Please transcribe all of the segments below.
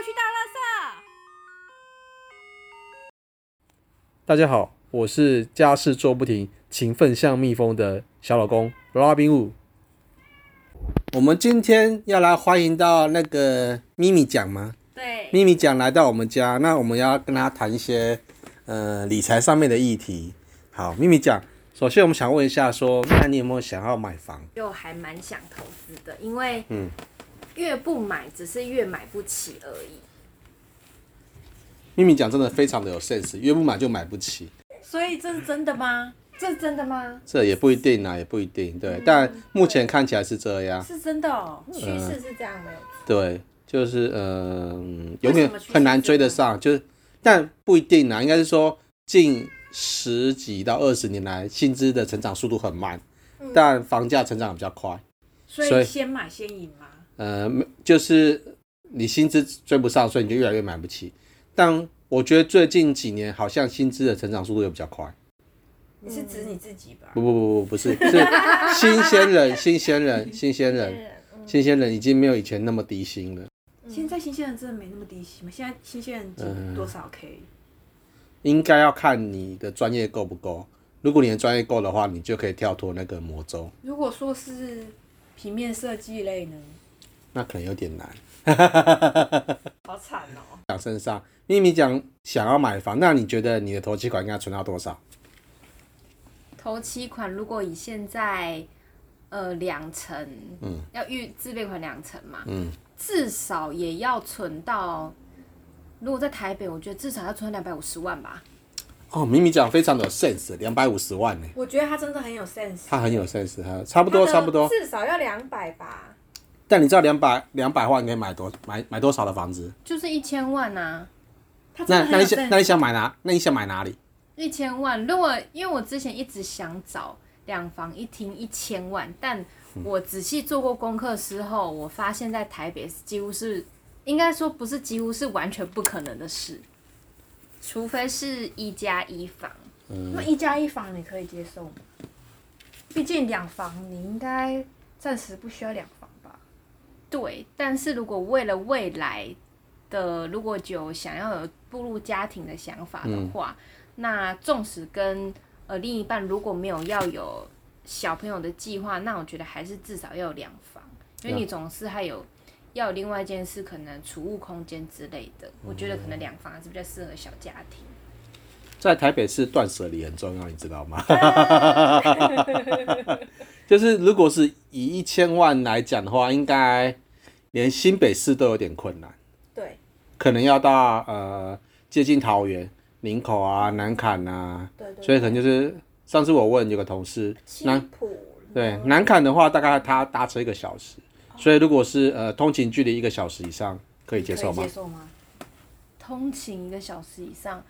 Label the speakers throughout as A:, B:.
A: 去倒垃圾。
B: 大家好，我是家事做不停、勤奋像蜜蜂的小老公罗宾伍。我们今天要来欢迎到那个咪咪酱吗？
A: 对，
B: 咪咪酱来到我们家，那我们要跟他谈一些理财上面的议题。好，咪咪酱，首先我们想问一下说，那你有没有想要买房？
A: 就还蛮想投资的，因为越不买只是越买不起而已。
B: 咪咪酱真的非常的有 sense， 越不买就买不起。
A: 所以这是真的吗？这是真的吗？
B: 这也不一定啊，也不一定，对。但目前看起来是这样。
A: 是真的哦，趋势是这样没有错。
B: 对，就是永远很难追得上，但不一定啊，应该是说近10几到20年来，薪资的成长速度很慢，但房价成长比较快。
A: 所以先买先赢吗？
B: 就是你薪资追不上，所以你就越来越买不起。但我觉得最近几年好像薪资的成长速度又比较快。
A: 你是指你自己吧？
B: 不是，是新鲜人已经没有以前那么低薪了。
A: 现在新鲜人真的没那么低薪吗？现在新鲜人多少 K？
B: 应该要看你的专业够不够。如果你的专业够的话，你就可以跳脱那个魔咒。
A: 如果说是平面设计类呢？
B: 那可能有点难。
A: 好惨哦！
B: 讲身上，咪咪讲想要买房，那你觉得你的头期款应该存到多少？
A: 头期款如果以现在2成，要自备款2成嘛，至少也要存到，如果在台北，我觉得至少要存到250万吧。
B: 哦，咪咪讲非常的有 sense， 250万呢。
A: 我觉得他真的很有 sense。
B: 他很有 sense， 差不多。
A: 至少要200吧。
B: 但你知道200万可以买多少的房子？
A: 就是1000万啊。
B: 那你想买哪里
A: ？1000万，如果因为我之前一直想找2房1厅1000万，但我仔细做过功课之后，我发现在台北几乎是，应该说不是几乎是完全不可能的事，除非是1+1房。那1+1房你可以接受吗？毕竟2房你应该暂时不需要2房吧？对，但是如果为了未来的，如果有想要有步入家庭的想法的话，那纵使跟另一半如果没有要有小朋友的计划，那我觉得还是至少要有2房，因为你总是还有要有另外一件事，可能储物空间之类的。我觉得可能2房还是比较适合小家庭。
B: 在台北市断舍离很重要，你知道吗？就是如果是以1000万来讲的话，应该连新北市都有点困难。
A: 对，
B: 可能要到接近桃园、林口啊、南崁啊，
A: 对，
B: 所以可能就是上次我问有个同事，南崁的话，大概他搭车1个小时，所以如果是通勤距离1个小时以上，可以接受吗？
A: 通勤1个小时以上，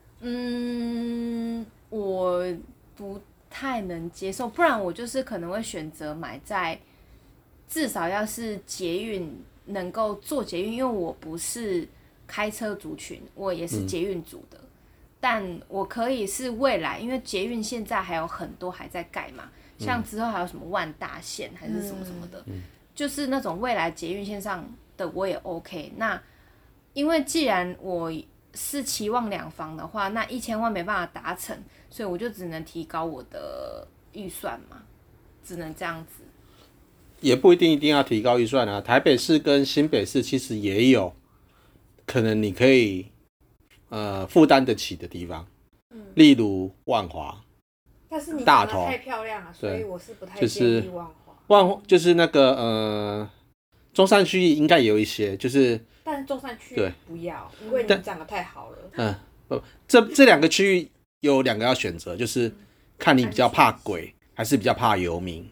A: 我不太能接受，不然我就是可能会选择买在至少要是捷运能够坐捷运，因为我不是开车族群，我也是捷运族的，但我可以是未来，因为捷运现在还有很多还在盖嘛，像之后还有什么万大线还是什么什么的，就是那种未来捷运线上的我也 OK。那因为既然我是期望2房的话，那1000万没办法达成，所以我就只能提高我的预算嘛，只能这样子。
B: 也不一定要提高预算啊。台北市跟新北市其实也有可能你可以负担得起的地方，例如万华。
A: 但是你长得太漂亮了，所以我是不太建议万华。
B: 万华就是那个中山区应该也有一些，
A: 但是中山区不要，因为你长得太好了。
B: 这2个区域有2个要选择，就是看你比较怕鬼还是比较怕游民。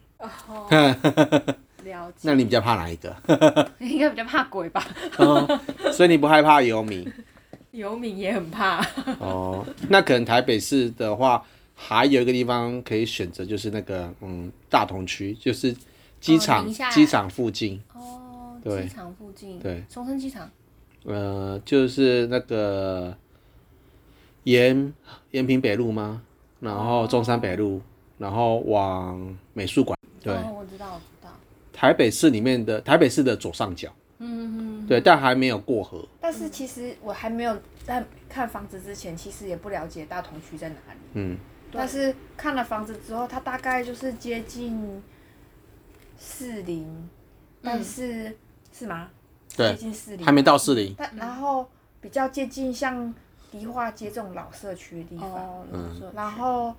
A: 了解。
B: 那你比较怕哪一个？
A: 应该比较怕鬼吧。
B: 所以你不害怕游民？
A: 游民也很怕。
B: 那可能台北市的话，还有一个地方可以选择，就是那个大同区，就是机场附近。
A: 对，机场附近。
B: 对，
A: 松山机场。
B: 就是那个延平北路吗？然后中山北路，然后往美术馆。对，
A: 我知道。
B: 台北市的左上角。对， 对，但还没有过河。
A: 但是其实我还没有在看房子之前，其实也不了解大同区在哪里。但是看了房子之后，它大概就是接近40，但是是吗？
B: 对，
A: 接近40，
B: 还没到40。
A: 然后比较接近像迪化街这种老社区的地方。然后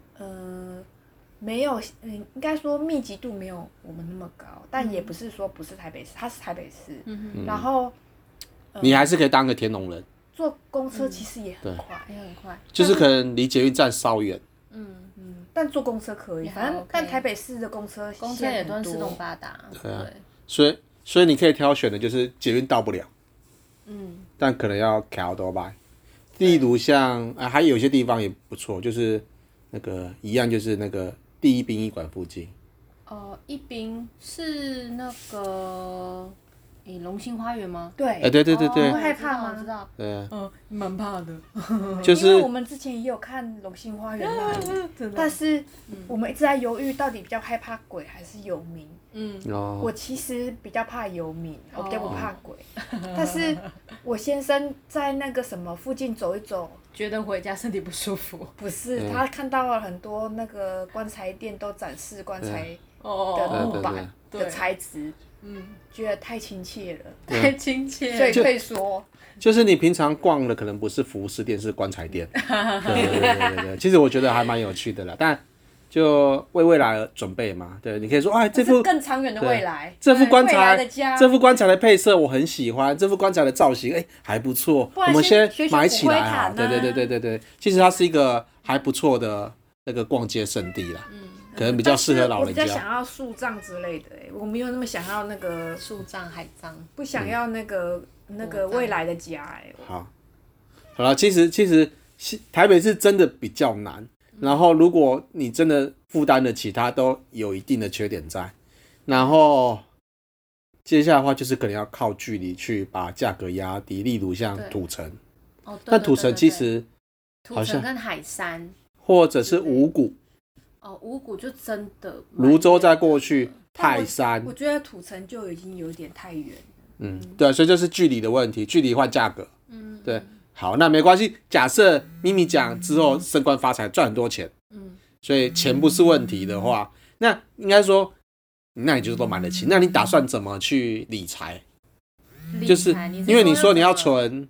A: 没有，应该说密集度没有我们那么高，但也不是说不是台北市，它是台北市。然后
B: 你还是可以当个天龙人。
A: 坐公车其实也很快，也很快，
B: 就是可能离捷运站稍远。
A: 但坐公车可以，反正但台北市的公车
C: 也都四通八达。
B: 对啊，所以你可以挑选的就是捷运到不了，但可能要开多吧。例如像还有一些地方也不错，就是那个一样，就是那个第一殡仪馆附近。
C: 一殡是那个龙兴花园吗？
A: 对，
B: 对，
A: 你会害怕吗？
C: 我知道。
B: 对，
C: 蛮怕的。
B: 就是
A: 因为我们之前也有看龙兴花园那里，但是我们一直在犹豫，到底比较害怕鬼还是游民。我其实比较怕游民，我比较不怕鬼。但是我先生在那个什么附近走一走，
C: 觉得回家身体不舒服。
A: 不是，他看到了很多那个棺材店都展示棺材的木板的材质，觉得太亲切了，
C: 太亲切了，
A: 所以可以说，
B: 就是你平常逛的可能不是服饰店，是棺材店。对，其实我觉得还蛮有趣的啦，但就为未来而准备嘛。对，你可以说，这副
A: 更长远的未来，
B: 这副棺材
A: 的家，
B: 这副棺材的配色我很喜欢，这副棺材的造型，还不错，我们先买起来啊。对，其实它是一个还不错的那个逛街圣地啦。可能比较适合老人家。
A: 我比较想要树葬之类的，我没有那么想要那个
C: 树葬、海葬，
A: 不想要那个未来的家。
B: 好了，其实台北是真的比较难，然后如果你真的负担得起，它都有一定的缺点在。然后接下来的话，就是可能要靠距离去把价格压低，例如像土城。但土城其实好像
C: 土城跟海山，
B: 或者是五股。
C: 五股就真的
B: 泸州再过去泰山，
A: 我觉得土城就已经有点太远了。
B: 对，所以就是距离的问题，距离换价格。对，好，那没关系。假设咪咪讲之后升官发财赚很多钱，所以钱不是问题的话，那应该说，那你就是都买得起。那你打算怎么去理财？就是因为你说你要存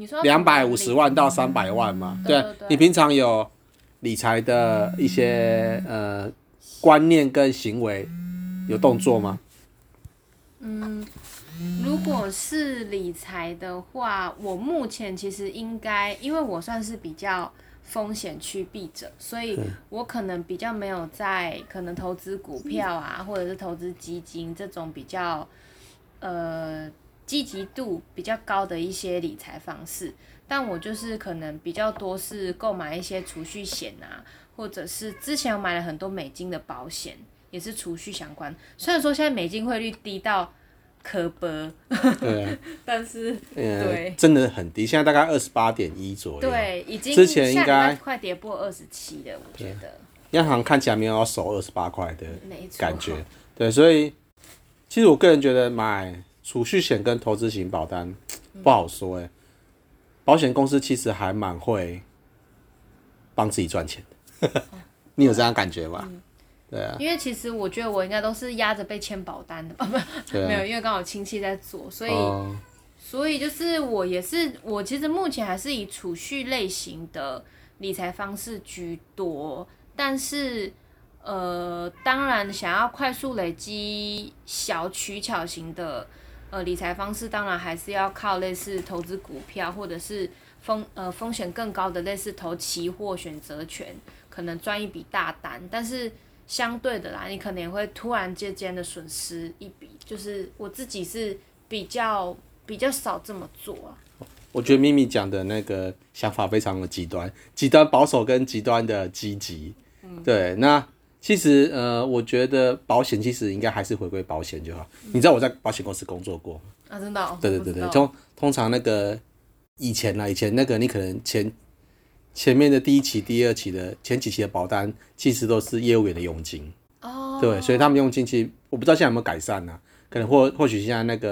B: 250万到300万嘛，对，你平常有理财的一些观念跟行为有动作吗？
C: 如果是理财的话，我目前其实应该，因为我算是比较风险趋避者，所以我可能比较没有在可能投资股票啊，或者是投资基金这种比较积极度比较高的一些理财方式。但我就是可能比较多是购买一些储蓄险啊，或者是之前我买了很多美金的保险，也是储蓄相关。虽然说现在美金汇率低到可悲，
B: 对，
C: 但是对，
B: 真的很低，现在大概28.1左右。
C: 对，已经
B: 之前应该
C: 快跌破27了，我觉得。
B: 央行看起来没有要守28块的感觉，对，所以其实我个人觉得买储蓄险跟投资型保单不好说保险公司其实还蛮会帮自己赚钱的，你有这样感觉吗？对啊，
C: 因为其实我觉得我应该都是压着被签保单的吧，没有，因为刚好亲戚在做，所以就是我其实目前还是以储蓄类型的理财方式居多，但是当然想要快速累积小取巧型的理财方式，当然还是要靠类似投资股票，或者是风险更高的类似投期货、选择权，可能赚一笔大单，但是相对的啦，你可能也会突然间的损失一笔，就是我自己是比较少这么做啊。
B: 我觉得咪咪讲的那个想法非常的极端保守跟极端的积极。对，那其实我觉得保险其实应该还是回归保险就好。你知道我在保险公司工作过
C: 啊？真的哦？
B: 对，通常那个以前那个你可能前面的第一期、第二期的前几期的保单，其实都是业务员的佣金。对，所以他们佣金其实我不知道现在有没有改善啊，可能或许现在那个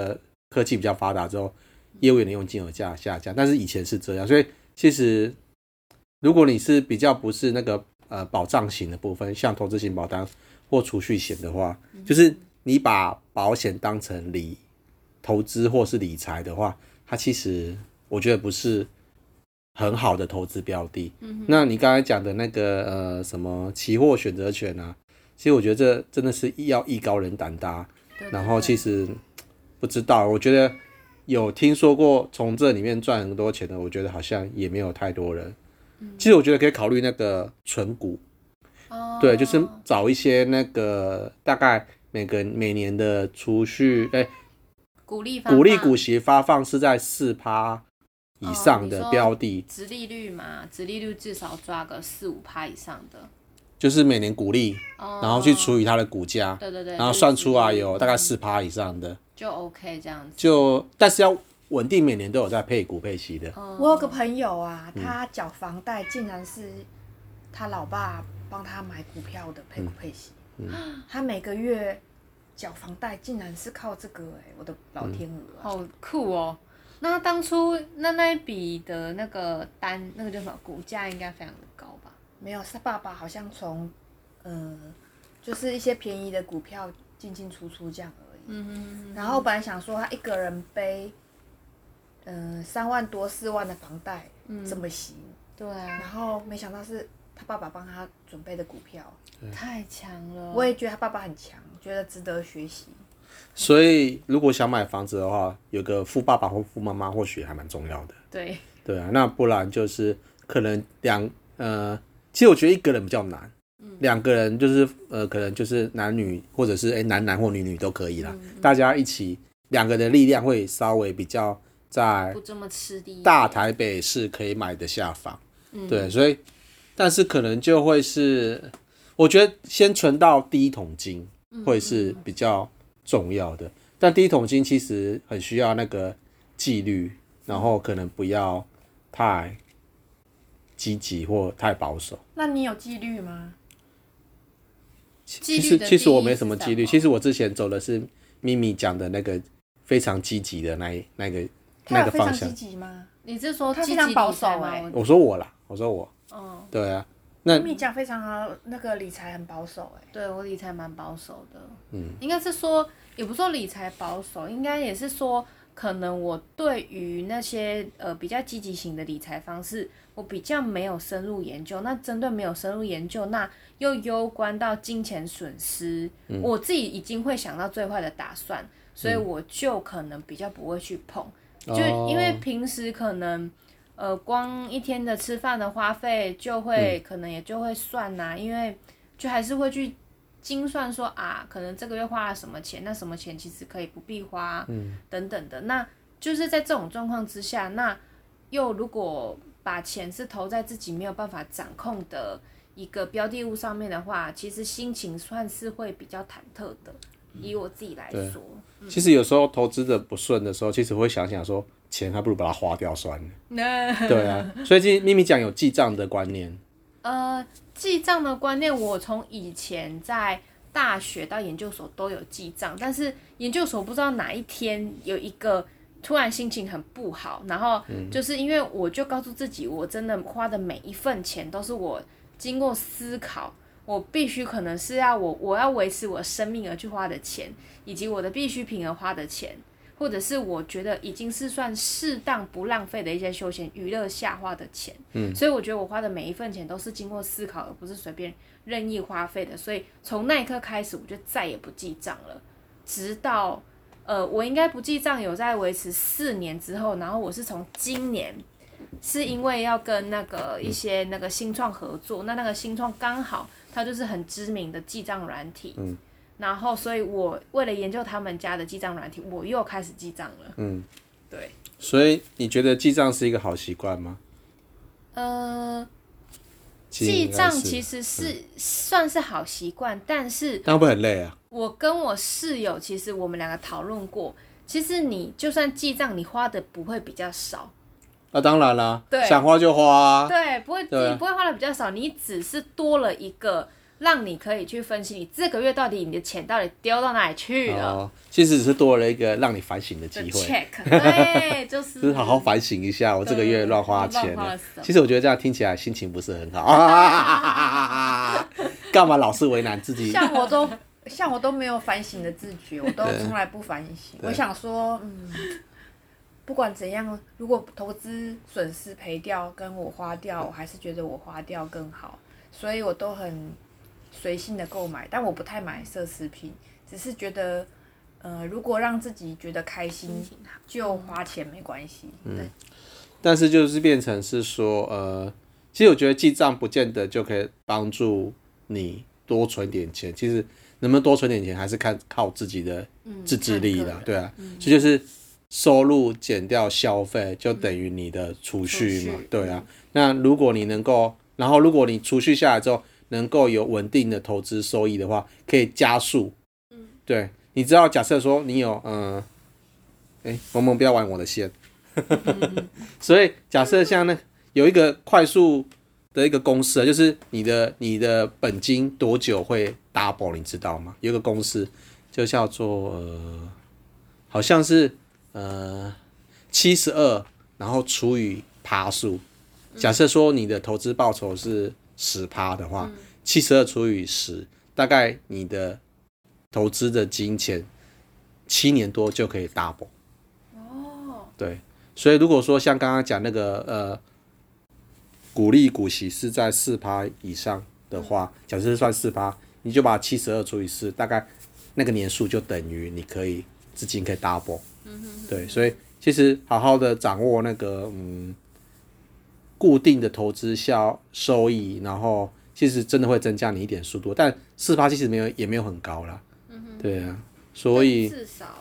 B: 科技比较发达之后，业务员的用金额下降，但是以前是这样，所以其实如果你是比较不是那个保障型的部分，像投资型保单或储蓄险的话，就是你把保险当成投资或是理财的话，它其实我觉得不是很好的投资标的。那你刚才讲的那个什么期货选择权啊，其实我觉得这真的是要艺高人胆大。然后其实不知道，我觉得有听说过从这里面赚很多钱的，我觉得好像也没有太多人。其实我觉得可以考虑那个存股，对，就是找一些那个大概每年的储蓄，
A: 股利
B: 股息发放是在4%以上的标的，
A: 殖利率嘛，殖利率至少抓个4-5%以上的，
B: 就是每年股利，然后去除以它的股价，
A: 对，
B: 然后算出来有大概4%以上的，
A: 就 OK 这样子。
B: 但是要稳定，每年都有在配股配息的。
C: 我有个朋友啊，他缴房贷竟然是他老爸帮他买股票的配股配息，他每个月缴房贷竟然是靠这个，我的老天鹅啊，
A: 好酷哦！那当初那一笔的那个单，那个叫什么股价应该非常的高吧？
C: 没有，是他爸爸好像从就是一些便宜的股票进出这样而已。然后本来想说他一个人背3万多4万的房贷，怎么行？
A: 对啊。
C: 然后没想到是他爸爸帮他准备的股票，
A: 太强了。
C: 我也觉得他爸爸很强，觉得值得学习。
B: 所以如果想买房子的话，有个富爸爸或富妈妈或许还蛮重要的。对啊，那不然就是可能其实我觉得一个人比较难，两个人就是可能就是男女或者是男或女都可以啦，大家一起两个的力量会稍微比较在
A: 不这么吃力，
B: 大台北市可以买得下房。对，所以但是可能就会是我觉得先存到第一桶金会是比较重要的，但第一桶金其实很需要那个纪律，然后可能不要太积极或太保守。
C: 那你有纪律吗？
B: 其实我没什么纪律，其实我之前走的是咪咪讲的那个非常积极的那个方向。
C: 积极吗？
A: 你是说
C: 他非常保守
B: 我说我啦，对啊。那
C: 咪咪讲非常那个理财很保守
A: 对，我理财蛮保守的。应该是说也不说理财保守，应该也是说可能我对于那些比较积极型的理财方式，我比较没有深入研究。那针对没有深入研究，那又攸关到金钱损失，我自己已经会想到最坏的打算，所以我就可能比较不会去碰。就因为平时可能光一天的吃饭的花费就会可能也就会算因为就还是会去精算说可能这个月花了什么钱，那什么钱其实可以不必花，等等的。那就是在这种状况之下，那又如果把钱是投在自己没有办法掌控的一个标的物上面的话，其实心情算是会比较忐忑的。以我自己来说，
B: 其实有时候投资的不顺的时候，其实会想想说，钱还不如把它花掉算了。对啊，所以其实咪咪讲有记账的观念。
A: 记账的观念，我从以前在大学到研究所都有记账，但是研究所不知道哪一天有一个突然心情很不好，然后就是因为我就告诉自己，我真的花的每一份钱都是我经过思考。我必须可能是我要维持我的生命而去花的钱，以及我的必需品而花的钱，或者是我觉得已经是算适当不浪费的一些休闲娱乐下花的钱。所以我觉得我花的每一份钱都是经过思考，而不是随便任意花费的。所以从那一刻开始，我就再也不记账了，直到我应该不记账有在维持4年之后，然后我是从今年。是因为要跟那个一些那个新创合作，那个新创刚好它就是很知名的记账软体，然后所以我为了研究他们家的记账软体，我又开始记账了。对。
B: 所以你觉得记账是一个好习惯吗？
A: 记账其实是算是好习惯，但
B: 会不会很累啊？
A: 我跟我室友其实我们两个讨论过，其实你就算记账，你花的不会比较少。
B: 当然啦，想花就花
A: 对，你不会花的比较少，你只是多了一个让你可以去分析你这个月到底你的钱到底丢到哪里去了。
B: 其实只是多了一个让你反省的机会。
A: check， 对，
B: 就是好好反省一下，我这个月乱花钱了。其实我觉得这样听起来心情不是很好。干嘛老是为难自己？
C: 像我都没有反省的自觉，我都从来不反省。我想说，不管怎样，如果投资损失赔掉跟我花掉，我还是觉得我花掉更好，所以我都很随性的购买，但我不太买奢侈品，只是觉得，如果让自己觉得开心，就花钱没关系。
B: 但是就是变成是说，其实我觉得记账不见得就可以帮助你多存点钱，其实能不能多存点钱还是靠自己的自制力啦，对啊，所以就是收入减掉消费就等于你的储蓄嘛，对啊。那如果你能够，然后如果你储蓄下来之后能够有稳定的投资收益的话，可以加速。对，你知道，假设说你有萌萌不要玩我的线。所以假设像有一个快速的一个公式，就是你的本金多久会 double， 你知道吗？有一个公式就叫做好像是72，然后除以趴数。假设说你的投资报酬是10%的话，72除以10，大概你的投资的金钱7年多就可以 double。对，所以如果说像刚刚讲那个股利股息是在4%以上的话，假设是算4%，你就把72除以4，大概那个年数就等于你可以资金可以 double。对，所以其实好好的掌握那个固定的投资收益，然后其实真的会增加你一点速度，但4%其实也没有很高啦。对啊，所以
A: 至少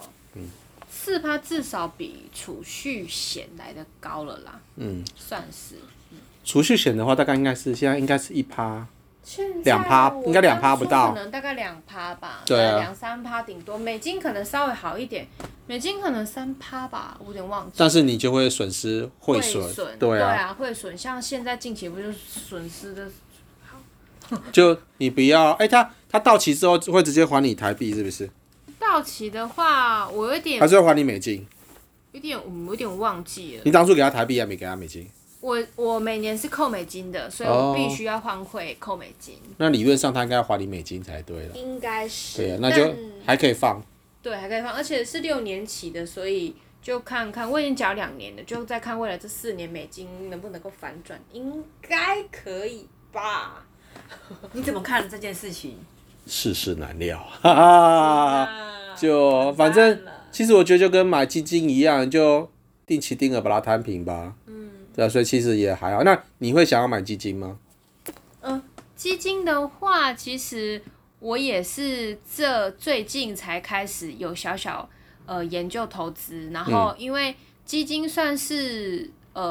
A: 4%至少比储蓄险来的高了啦。算是。
B: 储蓄险的话，大概现在应该是1%。
A: 2%，
B: 应该2%不到，
A: 可能大概2%吧，
B: 对啊
A: 2-3%顶多，美金可能稍微好一点，美金可能3%吧，我有点忘记。
B: 但是你就会损失汇损，对啊，
A: 汇损，像现在近期不就是损失的？
B: 就你不要，它到期之后会直接还你台币是不是？
A: 到期的话，我有点
B: 还是会还你美金？
A: 有点忘记了。
B: 你当初给他台币还没给他美金？
A: 我每年是扣美金的，所以我必须要换汇扣美金。
B: 那理论上他应该要还你美金才对了。
A: 应该是。
B: 对啊，那就还可以放。
A: 对，还可以放，而且是6年期的，所以就看看，我已经缴2年了，就再看未来这4年美金能不能够反转，应该可以吧？
C: 你怎么看这件事情？
B: 世事难料，哈哈。就反正，其实我觉得就跟买基金一样，就定期定额把它摊平吧。对啊，所以其实也还好。那你会想要买基金吗？
A: 基金的话，其实我也是最近才开始有小研究投资，然后因为基金算是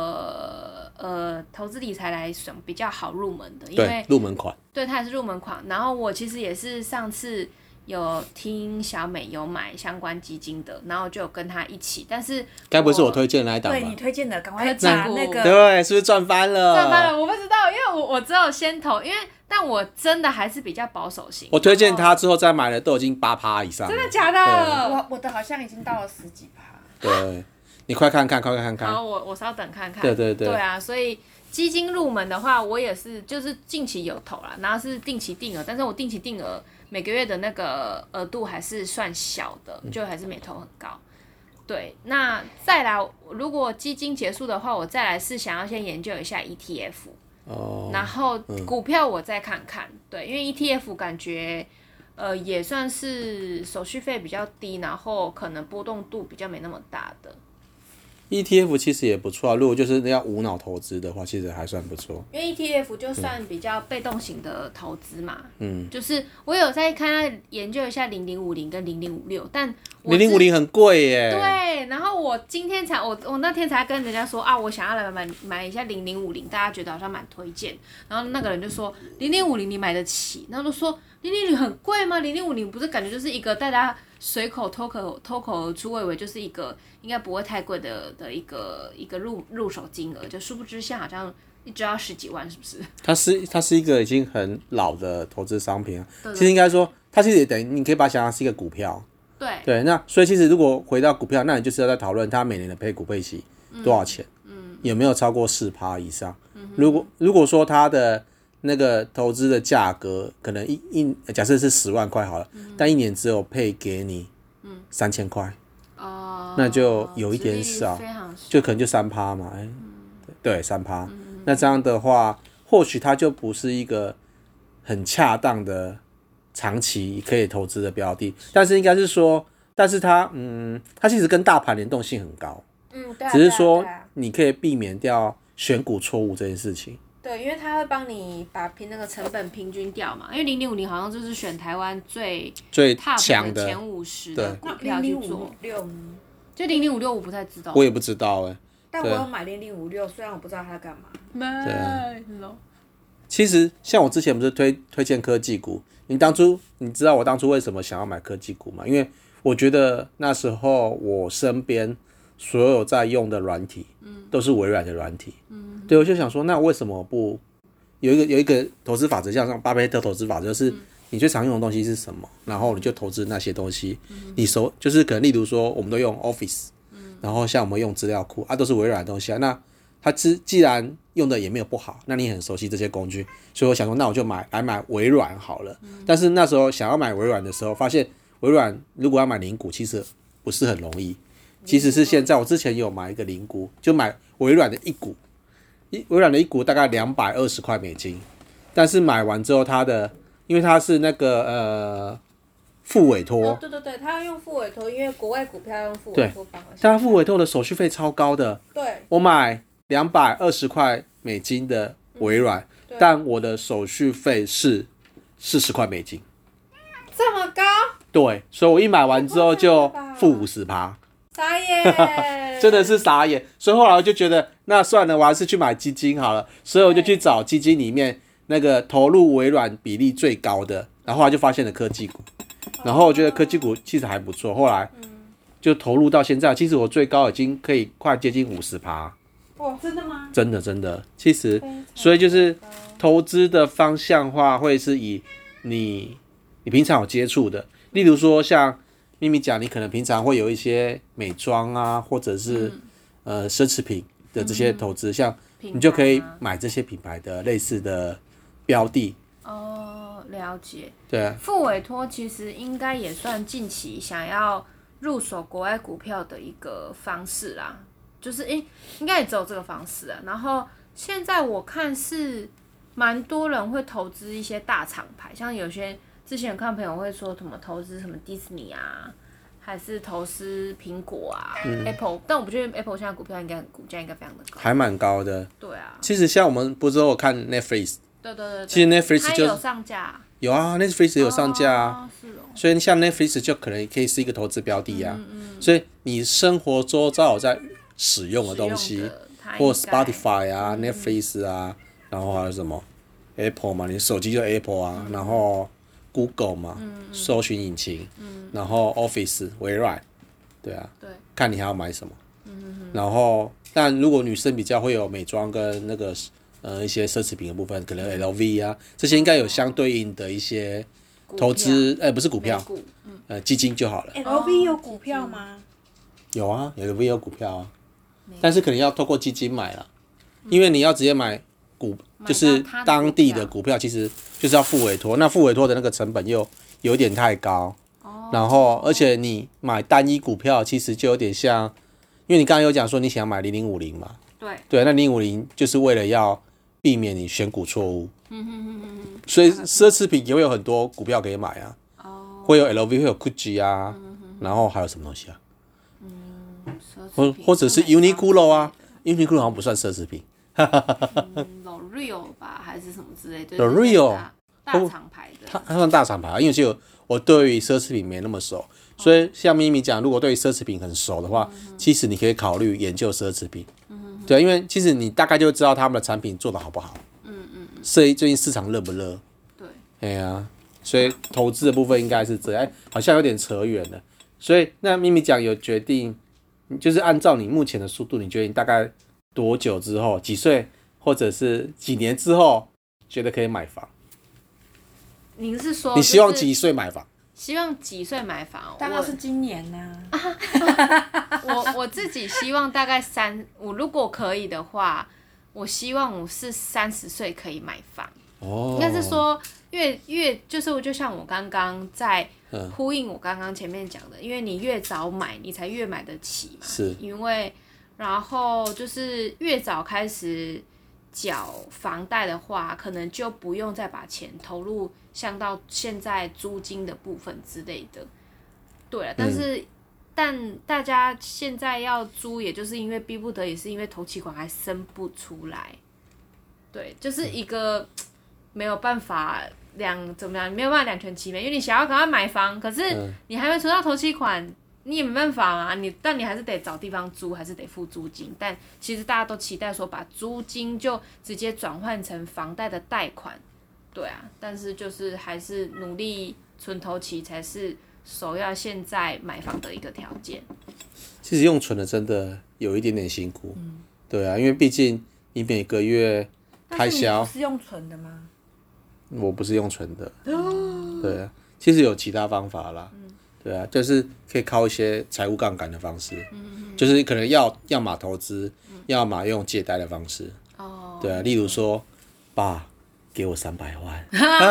A: 投资理财来讲比较好入门的，因为
B: 入门款，
A: 对，它也是入门款。然后我其实也是上次有听小美有买相关基金的，然后就有跟她一起，但是
B: 该不会是我推荐的那一档吧？
C: 对，你推荐的，赶快拿那个。
B: 对，是不是赚翻了？
A: 赚翻了，我不知道，因为我只有先投，但我真的还是比较保守型。
B: 我推荐他之后再买的都已经8%以上了。
A: 真的假的？
C: 我的好像已经到了10几%。
B: 对，你快看看，快看看。
A: 好，我稍等看看。
B: 对。
A: 对啊，所以基金入门的话，我也是就是近期有投啦，然后是定期定额，但是我定期定额每个月的那个额度还是算小的，就还是没投很高。对，那再来，如果基金结束的话，我再来是想要先研究一下 ETF。然后股票我再看看，对，因为 ETF 感觉也算是手续费比较低，然后可能波动度比较没那么大的。
B: ETF 其实也不错啊，如果就是要无脑投资的话，其实还算不错。
A: 因为 ETF 就算比较被动型的投资嘛，就是我有在看研究一下0050跟0056，但
B: 0050很贵耶。
A: 对，然后我那天才跟人家说啊，我想要来买一下0050，大家觉得好像蛮推荐，然后那个人就说0050你买得起，然后就说0050很贵吗？0050不是感觉就是一个大家随口脱口而出，我以为就是一个应该不会太贵的一个入手金额，就殊不知现在好像
C: 一只要10几万，是不是？
B: 它是一个已经很老的投资商品啊。其实应该说，它其实也等于你可以把它想象是一个股票。对，那所以其实如果回到股票，那你就是要在讨论它每年的配股配息多少钱，有没有超过4%以上。如果说它的那个投资的价格可能假设是10万块好了，但一年只有配给你3000块，那就有一点少，就可能就3%嘛，对3%。那这样的话，或许它就不是一个很恰当的长期可以投资的标的，但是应该是说，但是它其实跟大盘联动性很高，只是说你可以避免掉选股错误这件事情。
C: 对，因为它会帮你把那个成本平均掉嘛，因为0050好像就是选台湾最
B: 强的
C: 前50的股票去做。
A: 0056
C: 就0056我不太知道，
B: 我也不知道
A: 但我有买0056，虽然我不知道它干嘛。
C: 对，
B: 其实像我之前不是推荐科技股，你知道我当初为什么想要买科技股吗？因为我觉得那时候我身边所有在用的软体，都是微软的软体。对，我就想说，那为什么不有一个投资法则，像巴菲特投资法则，就是你最常用的东西是什么，然后你就投资那些东西。就是可能例如说，我们都用 Office，然后像我们用资料库都是微软的东西啊。那它既然用的也没有不好，那你很熟悉这些工具，所以我想说，那我就买微软好了。但是那时候想要买微软的时候，发现微软如果要买零股，其实不是很容易。其实是现在我之前有买一个零股，就买微软的一股，微软的一股大概220块美金，但是买完之后因为它是那个副委托，
A: 对，他要用副委托，因为国外股票要用副委托方式。
B: 但副委托的手续费超高的。
A: 对，
B: 我买220块美金的微软，但我的手续费是40块美金，
A: 这么高？
B: 对，所以我一买完之后就负50%，
A: 傻眼，
B: 真的是傻眼。所以后来我就觉得，那算了，我还是去买基金好了。所以我就去找基金里面那个投入微软比例最高的，然后后来就发现了科技股，然后我觉得科技股其实还不错，后来就投入到现在，其实我最高已经可以快接近50%。
A: 哇，真的吗？
B: 真的，其实所以就是投资的方向化会是以你平常有接触的，例如说像咪咪讲，你可能平常会有一些美妆啊，或者是奢侈品的这些投资，像你就可以买这些品牌的类似的标的。
C: 哦，了解。
B: 对，
C: 副委托其实应该也算近期想要入手国外股票的一个方式啦，就是应该也只有这个方式啊。然后现在我看是蛮多人会投资一些大厂牌，像有些之前有看朋友会说什么投资什么迪士尼啊，还是投资苹果啊、Apple， 但我不觉得 Apple 现在股价应该非常的高，
B: 还蛮高的。
C: 对啊，
B: 其实像我们不是有看 Netflix，
C: 对，
B: 其实 Netflix
C: 它有上架，
B: 有啊 ，Netflix 也有上架啊。
C: 是哦。
B: 所以像 Netflix 就可能可以是一个投资标的啊。所以你生活周遭有在使用的东西，或 Spotify 啊、Netflix 啊，然后还有什么 Apple 嘛，你手机就 Apple 啊，然后 Google 嘛，搜寻引擎，然后 Office 微软，对啊，
C: 对，
B: 看你还要买什么。然后，但如果女生比较会有美妆跟那个一些奢侈品的部分，可能 LV 啊这些应该有相对应的一些投资，不是股票，基金就好了。
A: LV 有股票吗？
B: 有啊，LV 有股票啊，但是可能要透过基金买啦，因为你要直接买就是当地的股票，其实就是要付委托，那付委托的那个成本又有点太高，然后而且你买单一股票，其实就有点像，因为你刚刚有讲说你想买0050嘛，对，那0050就是为了要避免你选股错误，所以奢侈品也会有很多股票可以买啊，会有 LV， 会有 Gucci 啊，然后还有什么东西啊？或者是 Uniqlo 啊 ，Uniqlo 好像不算奢侈品。
C: L'Oreal 吧，还是什么之类的。
B: L'Oreal
C: 大厂牌的。
B: 它算大厂牌啊，因为我对于奢侈品没那么熟，所以像咪咪讲，如果对于奢侈品很熟的话，其实你可以考虑研究奢侈品。对，因为其实你大概就知道他们的产品做得好不好。最近市场热不热？
C: 对。
B: 哎呀，所以投资的部分应该是这样，好像有点扯远了。所以那咪咪讲有决定，就是按照你目前的速度，你决定大概多久之后，几岁或者是几年之后觉得可以买房？
A: 您是说
B: 你希望几岁买房？
A: 希望几岁买房？
C: 当然是今年呢、
A: 我自己希望大概我如果可以的话，我希望我是30岁可以买房。
B: 哦，
A: 应该是说越就是就像我刚刚在呼应我刚刚前面讲的，因为你越早买，你才越买得起嘛。
B: 是，
A: 因为然后就是越早开始缴房贷的话，可能就不用再把钱投入像到现在租金的部分之类的。对了，但大家现在要租，也就是因为逼不得已，是因为头期款还生不出来。对，就是一个没有办法怎么样，没有办法两全其美，因为你想要赶快买房，可是你还没存到头期款，你也没办法啊。但你还是得找地方租，还是得付租金。但其实大家都期待说把租金就直接转换成房贷的贷款，对啊。但是就是还是努力存头期才是首要现在买房的一个条件。
B: 其实用存的真的有一点点辛苦，对啊，因为毕竟你每个月开销。
C: 但是你不是用存的吗？
B: 我不是用存的，对啊，其实有其他方法啦，对啊，就是可以靠一些财务杠杆的方式，就是可能要么投资，要么用借贷的方式，对啊，例如说，爸给我300万，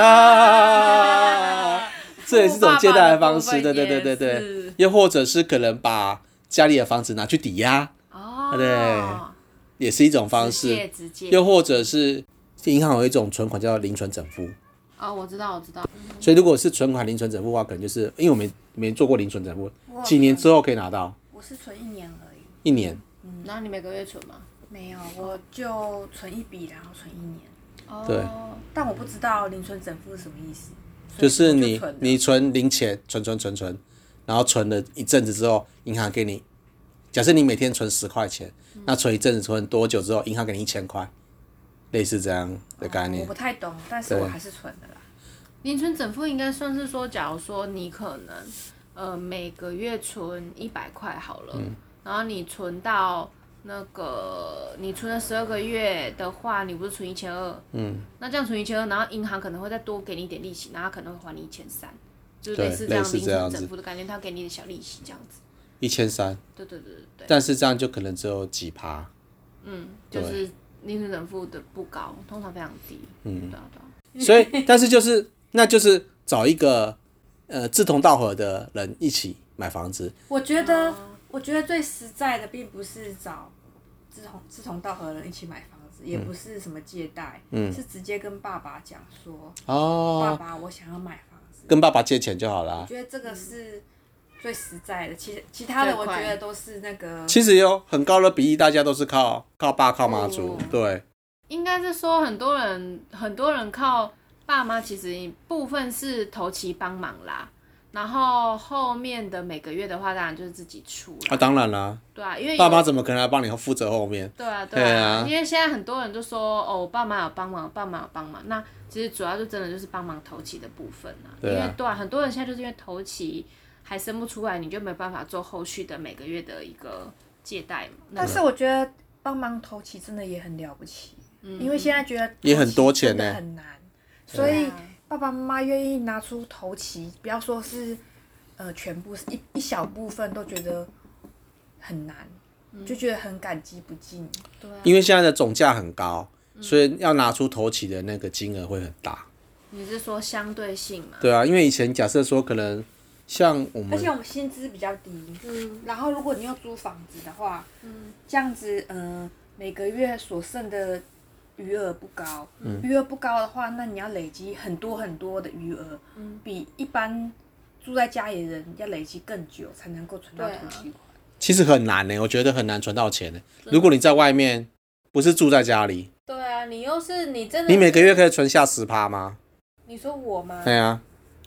B: 这也是种借贷的方式，对，又或者是可能把家里的房子拿去抵押，对，也是一种方式，又或者是银行有一种存款叫零存整付。
A: 我知道。
B: 所以如果是存款零存整付的话，可能就是因为我没做过零存整付，几年之后可以拿到。
C: 我是存1年而已。
B: 1年。
A: 然后你每个月存吗？
C: 没有，我就存一笔，然后存1年。
B: 对。
C: 但我不知道零存整付是什么意思。
B: 就是你存零钱，存，然后存了一阵子之后，银行给你，假设你每天存10块钱，那存一阵子，存多久之后，银行给你1000块。类似这样的概念，
C: 我不太懂，但是我还是存的啦。
A: 零存整付应该算是说，假如说你可能每个月存100块好了，然后你存到你存了12个月的话，你不是存1200，那这样存1200，然后银行可能会再多给你一点利息，然后可能会还你1300，就是类似这样零存整付的概念，他给你的小利息这样子。
B: 1300。对。但是这样就可能只有几%。
A: 就是。零存整付的不高，通常非常低。对。
B: 所以，但是那就是找一个志同道合的人一起买房子。
C: 我觉得最实在的并不是找志同道合的人一起买房子，也不是什么借贷，是直接跟爸爸讲说，爸爸，我想要买房子，
B: 跟爸爸借钱就好了。
C: 我觉得这个是最实在的，其他的我觉得都是那个。
B: 其实有很高的比例，大家都是靠爸靠妈住，对。
A: 应该是说很多人靠爸妈，其实部分是头期帮忙啦，然后后面的每个月的话，当然就是自己出啦。
B: 当然啦。
A: 对啊，因为
B: 爸妈怎么可能来帮你负责后面？
A: 对啊，因为现在很多人就说我爸妈有帮忙，那其实主要就真的就是帮忙头期的部分啦。因为很多人现在就是因为头期还生不出来，你就没有办法做后续的每个月的一个借贷嘛。
C: 但是我觉得帮忙头期真的也很了不起，因为现在觉得
B: 也很多钱呢，
C: 很难，所以爸爸妈妈愿意拿出头期，不要说是全部，一小部分都觉得很难，就觉得很感激不尽。
A: 对啊，
B: 因为现在的总价很高，所以要拿出头期的那个金额会很大。
A: 你是说相对性吗？
B: 对啊，因为以前假设说可能。像我们，
C: 而且我们薪资比较低，然后如果你要租房子的话，这样子，每个月所剩的余额不高，余额不高的话，那你要累积很多很多的余额，比一般住在家里的人要累积更久才能够存到头期款。
B: 其实很难呢，我觉得很难存到钱呢。如果你在外面，不是住在家里，
A: 对啊，你又是你真的，
B: 你每个月可以存下10%吗？
A: 你说我吗？
B: 对啊，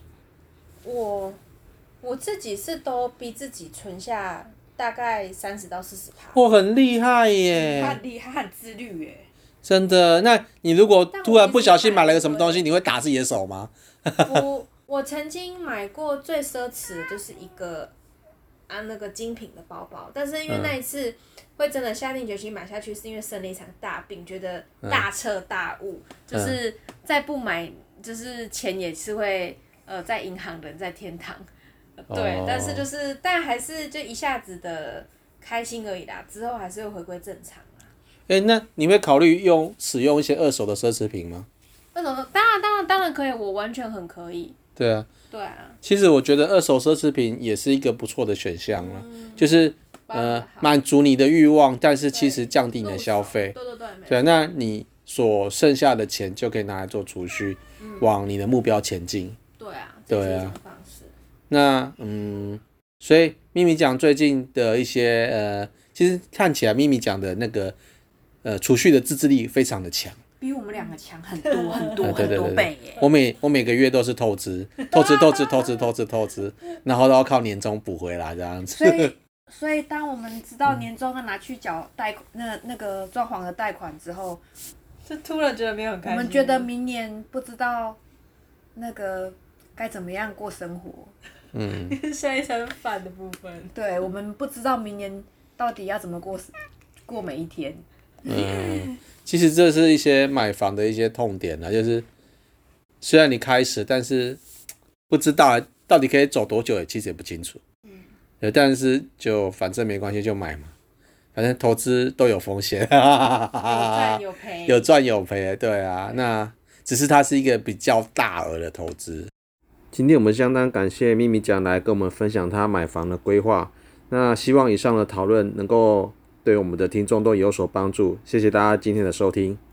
A: 我自己是都逼自己存下大概30%到40%。
B: 我很厉害耶！
C: 他很厉害，很自律耶。
B: 真的？那你如果突然不小心买了个什么东西，你会打自己的手吗？
A: 我曾经买过最奢侈的就是一个那个精品的包包，但是因为那一次会真的下定决心买下去，是因为生了一场大病，觉得大彻大悟，就是再不买，就是钱也是会在银行人在天堂，对，但是就是但还是就一下子的开心而已啦，之后还是会回归正常啦。
B: 那你会考虑使用一些二手的奢侈品吗？
A: 二手的当然可以，我完全很可以。
B: 对啊。
A: 对啊。
B: 其实我觉得二手奢侈品也是一个不错的选项啦，就是满足你的欲望，但是其实降低你的消费。
A: 对。
B: 对，那你所剩下的钱就可以拿来做储蓄，往你的目标前进。
A: 对啊。
B: 对啊。
A: 这是一种方式。
B: 那所以咪咪讲最近的一些其实看起来咪咪讲的那个储蓄的自制力非常的强。
C: 比我们两个强很多很多很多倍耶！
B: 我每个月都是透支，然后都要靠年终补回来这样子。
C: 所以当我们知道年终要拿去缴那个装潢的贷款之后，
A: 就突然觉得没有很开心。
C: 我们觉得明年不知道那个该怎么样过生活。
A: 下一层反的部分。
C: 对，我们不知道明年到底要怎么过每一天。
B: 其实这是一些买房的一些痛点啦，就是虽然你开始，但是不知道到底可以走多久，其实也不清楚。但是就反正没关系，就买嘛，反正投资都有风险，有
A: 赚有赔，
B: 有赚有赔，对啊，那只是它是一个比较大额的投资。今天我们相当感谢咪咪酱来跟我们分享他买房的规划，那希望以上的讨论能够对我们的听众都有所帮助，谢谢大家今天的收听。